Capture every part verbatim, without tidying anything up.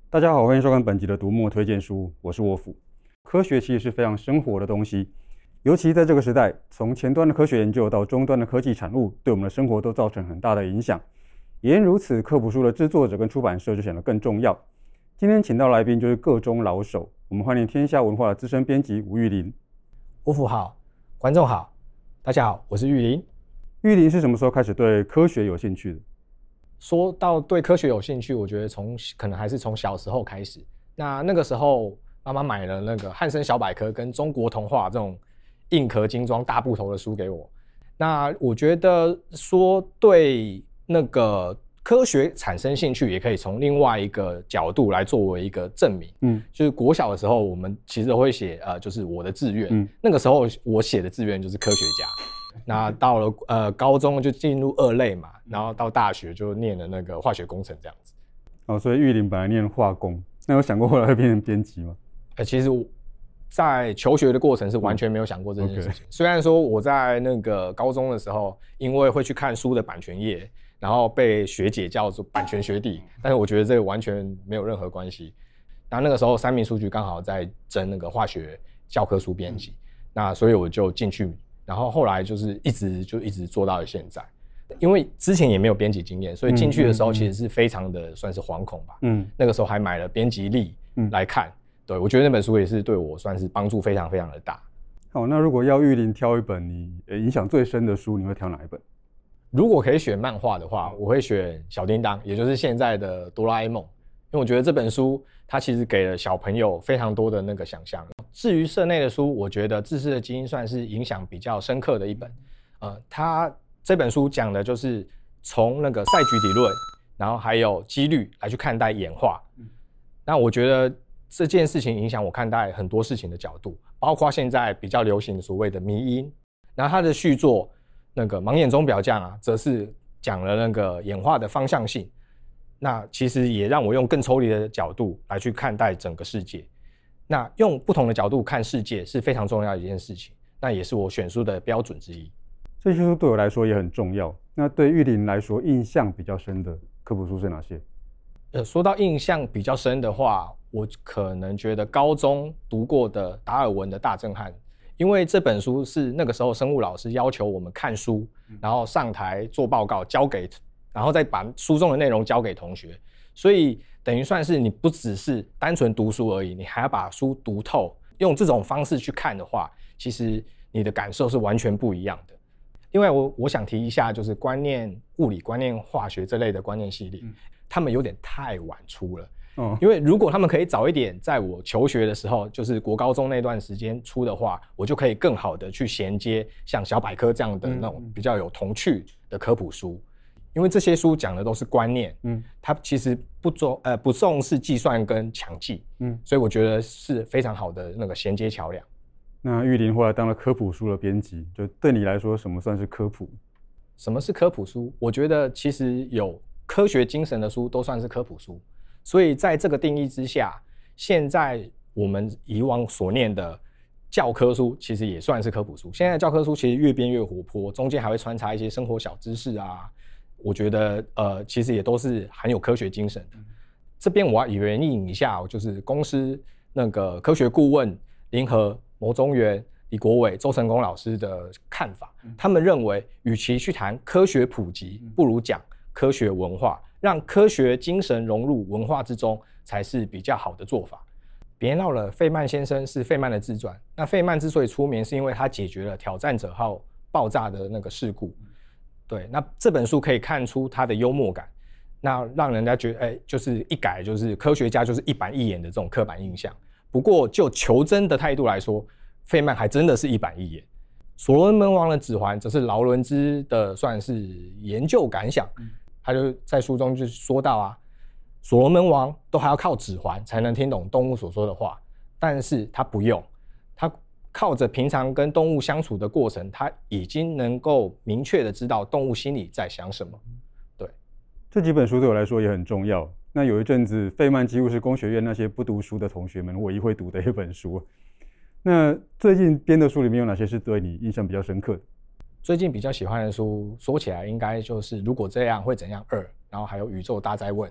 大家好，欢迎收看本集的读墨推荐书，我是沃夫。科学其实是非常生活的东西，尤其在这个时代，从前端的科学研究到终端的科技产物，对我们的生活都造成很大的影响。也因如此，科普书的制作者跟出版社就显得更重要。今天请到来宾就是个中老手，我们欢迎天下文化的资深编辑吴玉林。 沃夫好，观众好，大家好，我是玉林。 玉林是什么时候开始对科学有兴趣的？ 说到对科学有兴趣，我觉得从可能还是从小时候开始。那那个时候，妈妈买了那个汉声小百科跟中国童话这种硬壳精装大部头的书给我。那我觉得说对那个科学产生兴趣，也可以从另外一个角度来作为一个证明。嗯，就是国小的时候，我们其实都会写呃，就是我的志愿。嗯，那个时候我写的志愿就是科学家。那到了呃高中就进入二类嘛，然后到大学就念了那个化学工程这样子。 哦，所以玉林本来念化工，那有想过后来会变成编辑吗？ 呃，其实我在求学的过程是完全没有想过这件事情。嗯 okay. 虽然说我在那个高中的时候，因为会去看书的版权页，然后被学姐叫做版权学弟，但是我觉得这个完全没有任何关系。那那个时候三民书局刚好在征那个化学教科书编辑，嗯、那所以我就进去。然后后来就是一直就一直做到了现在，因为之前也没有编辑经验，所以进去的时候其实是非常的算是惶恐吧。嗯，那个时候还买了编辑力来看，嗯、对我觉得那本书也是对我算是帮助非常非常的大。 好，那如果要玉林挑一本你影响最深的书，你会挑哪一本？ 如果可以选漫画的话，我会选小叮当，也就是现在的哆啦 A 梦，因为我觉得这本书它其实给了小朋友非常多的那个想象。至于社内的书，我觉得《自私的基因》算是影响比较深刻的一本。呃，它这本书讲的就是从那个赛局理论，然后还有几率来去看待演化。嗯、那我觉得这件事情影响我看待很多事情的角度，包括现在比较流行的所谓的迷因。然后它的续作那个《盲眼钟表匠》啊，则是讲了那个演化的方向性。那其实也让我用更抽离的角度来去看待整个世界。那用不同的角度看世界是非常重要的一件事情，那也是我选书的标准之一。 这些书对我来说也很重要。那对玉林来说，印象比较深的科普书是哪些？ 呃，说到印象比较深的话，我可能觉得高中读过的达尔文的大震撼，因为这本书是那个时候生物老师要求我们看书，然后上台做报告，交给，然后再把书中的内容交给同学，所以等于算是你不只是单纯读书而已，你还要把书读透。用这种方式去看的话，其实你的感受是完全不一样的。因为我我想提一下，就是观念物理、观念化学这类的观念系列，嗯、他们有点太晚出了。哦、因为如果他们可以早一点，在我求学的时候，就是国高中那段时间出的话，我就可以更好的去衔接像小百科这样的那种比较有童趣的科普书。因为这些书讲的都是观念，嗯，它其实不重呃不重视计算跟强记，嗯，所以我觉得是非常好的那个衔接桥梁。 那玉林后来当了科普书的编辑，就对你来说，什么算是科普？ 什么是科普书？我觉得其实有科学精神的书都算是科普书。所以在这个定义之下，现在我们以往所念的教科书，其实也算是科普书。现在的教科书其实越编越活泼，中间还会穿插一些生活小知识啊。我觉得呃，其实也都是含有科学精神的。这边我要援引一下，就是公司那个科学顾问林和、牟宗元、李国伟、周成功老师的看法。他们认为，与其去谈科学普及，不如讲科学文化，让科学精神融入文化之中，才是比较好的做法。别闹了，费曼先生是费曼的自传。那费曼之所以出名，是因为他解决了挑战者号爆炸的那个事故。对，那这本书可以看出他的幽默感，那让人家觉得，哎，就是一改就是科学家就是一板一眼的这种刻板印象。不过就求真的态度来说，费曼还真的是一板一眼。所罗门王的指环则是劳伦兹的算是研究感想，他就在书中就说到啊，所罗门王都还要靠指环才能听懂动物所说的话，但是他不用，他靠着平常跟动物相处的过程，他已经能够明确的知道动物心里在想什么。对， 这几本书对我来说也很重要。那有一阵子，费曼几乎是工学院那些不读书的同学们唯一会读的一本书。那最近编的书里面有哪些是对你印象比较深刻的？ 最近比较喜欢的书，说起来应该就是《如果这样会怎样二》，然后还有《宇宙大灾问》。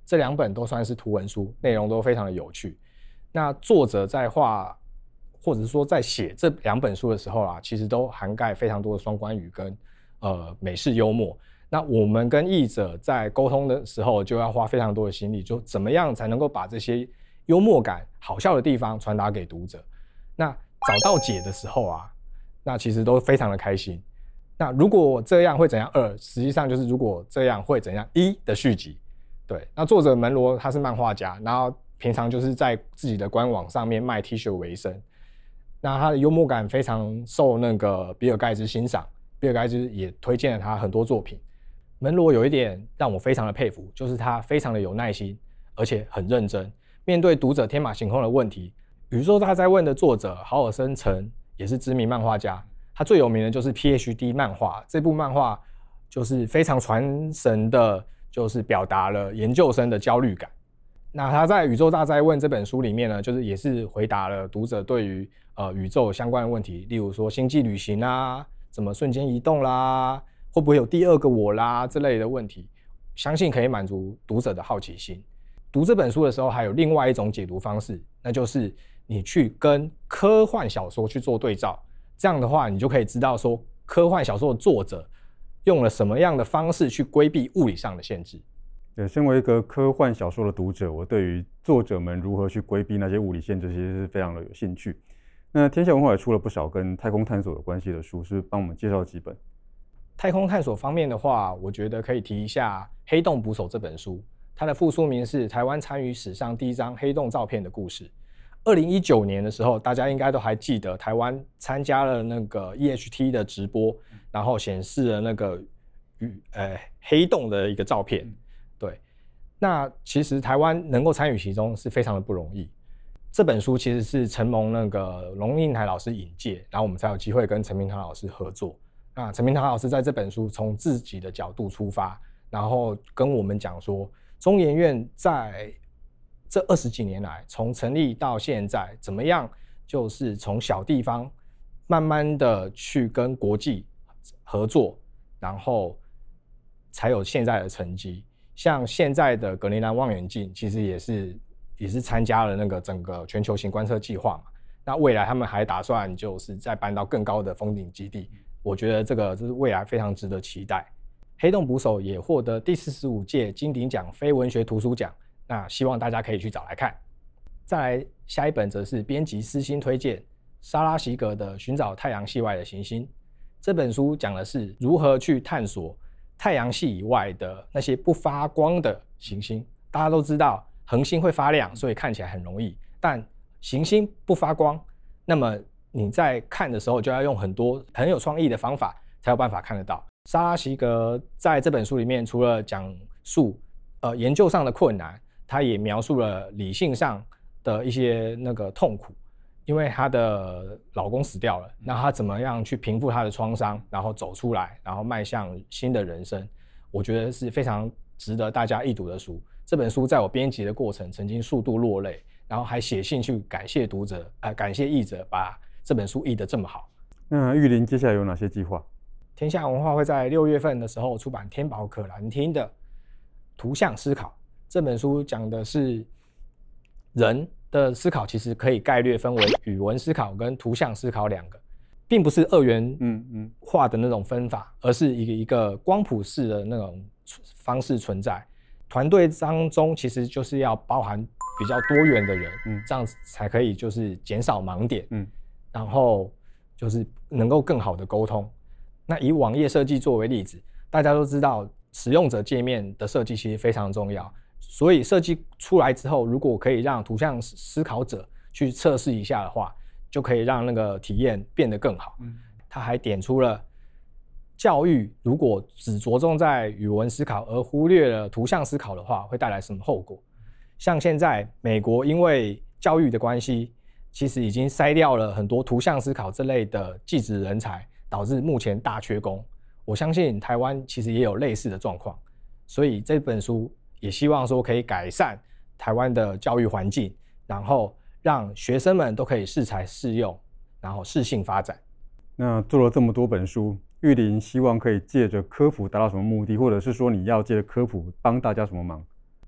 这两本都算是图文书，内容都非常的有趣。那作者在画或者是说在写这两本书的时候啊，其实都涵盖非常多的双关语跟呃美式幽默。那我们跟译者在沟通的时候，就要花非常多的心力，就怎么样才能够把这些幽默感、好笑的地方传达给读者。那找到解的时候啊，那其实都非常的开心。那如果这样会怎样？二实际上就是如果这样会怎样？一的续集。对，那作者门罗他是漫画家，然后平常就是在自己的官网上面卖 T 恤为生。那他的幽默感非常受那个比尔盖茨欣赏，比尔盖茨也推荐了他很多作品。门罗有一点让我非常的佩服，就是他非常的有耐心，而且很认真，面对读者天马行空的问题。宇宙大灾问的作者豪尔森陈也是知名漫画家，他最有名的就是 P H D 漫画，这部漫画就是非常传神的，就是表达了研究生的焦虑感。那他在《宇宙大灾问》这本书里面呢，就是也是回答了读者对于呃宇宙相关的问题，例如说星际旅行啊，怎么瞬间移动啦，会不会有第二个我啦这类的问题，相信可以满足读者的好奇心。读这本书的时候，还有另外一种解读方式，那就是你去跟科幻小说去做对照，这样的话，你就可以知道说科幻小说的作者用了什么样的方式去规避物理上的限制。 对，身为一个科幻小说的读者，我对于作者们如何去规避那些物理限制，其实是非常的有兴趣。那天下文化也出了不少跟太空探索有关系的书，是帮我们介绍几本。 太空探索方面的话，我觉得可以提一下《黑洞捕手》这本书，它的副书名是《台湾参与史上第一张黑洞照片的故事》。二零一九年的时候，大家应该都还记得，台湾参加了那个 E H T 的直播，然后显示了那个呃黑洞的一个照片。对，那其实台湾能够参与其中是非常的不容易。这本书其实是承蒙那个龙应台老师引介，然后我们才有机会跟陈明堂老师合作。那陈明堂老师在这本书从自己的角度出发，然后跟我们讲说，中研院在这二十几年来，从成立到现在，怎么样就是从小地方慢慢的去跟国际合作，然后才有现在的成绩。像现在的格陵兰望远镜，其实也是也是参加了那个整个全球型观测计划嘛。那未来他们还打算就是再搬到更高的峰顶基地，我觉得这个就是未来非常值得期待。黑洞捕手也获得第四十五届金鼎奖非文学图书奖，那希望大家可以去找来看。再来下一本则是编辑私心推荐莎拉席格的《寻找太阳系外的行星》。这本书讲的是如何去探索太阳系以外的那些不发光的行星。大家都知道恒星会发亮，所以看起来很容易，但行星不发光，那么你在看的时候就要用很多很有创意的方法才有办法看得到。莎拉席格在这本书里面除了讲述呃研究上的困难，他也描述了理性上的一些那个痛苦，因为她的老公死掉了，那她怎么样去平复她的创伤，然后走出来，然后迈向新的人生，我觉得是非常值得大家一读的书。这本书在我编辑的过程曾经数度落泪，然后还写信去感谢读者，呃，感谢译者把这本书译得这么好。 那玉林接下来有哪些计划？ 天下文化会在六月份的时候出版天宝可兰汀的《图像思考》。这本书讲的是人的思考其实可以概略分为语文思考跟图像思考两个，并不是二元化的那种分法，而是一个一个光谱式的那种方式存在。团队当中其实就是要包含比较多元的人，嗯，这样子才可以就是减少盲点，嗯，然后就是能够更好的沟通。那以网页设计作为例子，大家都知道使用者界面的设计其实非常重要，所以设计出来之后，如果可以让图像思考者去测试一下的话，就可以让那个体验变得更好。嗯，他还点出了教育如果只着重在语文思考而忽略了图像思考的话，会带来什么后果。像现在美国因为教育的关系，其实已经筛掉了很多图像思考这类的技职人才，导致目前大缺工。我相信台湾其实也有类似的状况，所以这本书也希望说可以改善台湾的教育环境，然后让学生们都可以适才适用，然后适性发展。 那做了这么多本书，玉林希望可以借着科普达到什么目的，或者是说你要借着科普帮大家什么忙？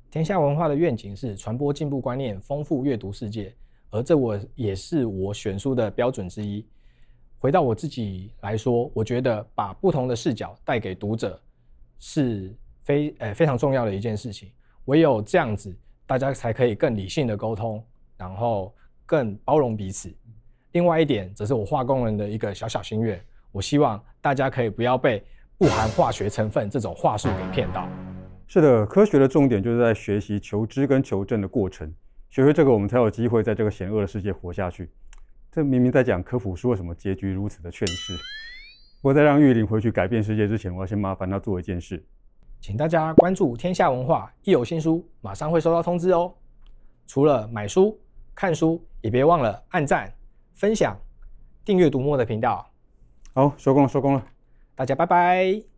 天下文化的愿景是传播进步观念，丰富阅读世界，而这我也是我选书的标准之一。回到我自己来说，我觉得把不同的视角带给读者是非呃非常重要的一件事情。唯有这样子，大家才可以更理性的沟通，然后更包容彼此。另外一点，则是我化工人的一个小小心愿，我希望大家可以不要被不含化学成分这种话术给骗到。 是的，科学的重点就是在学习求知跟求证的过程，学会这个，我们才有机会在这个险恶的世界活下去。这明明在讲科普书，为什么结局如此的劝世？不过在让玉林回去改变世界之前，我要先麻烦他做一件事， 请大家关注天下文化，一有新书马上会收到通知哦。除了买书、看书，也别忘了按赞、分享、订阅读墨的频道。 好，收工了，收工了， 大家拜拜。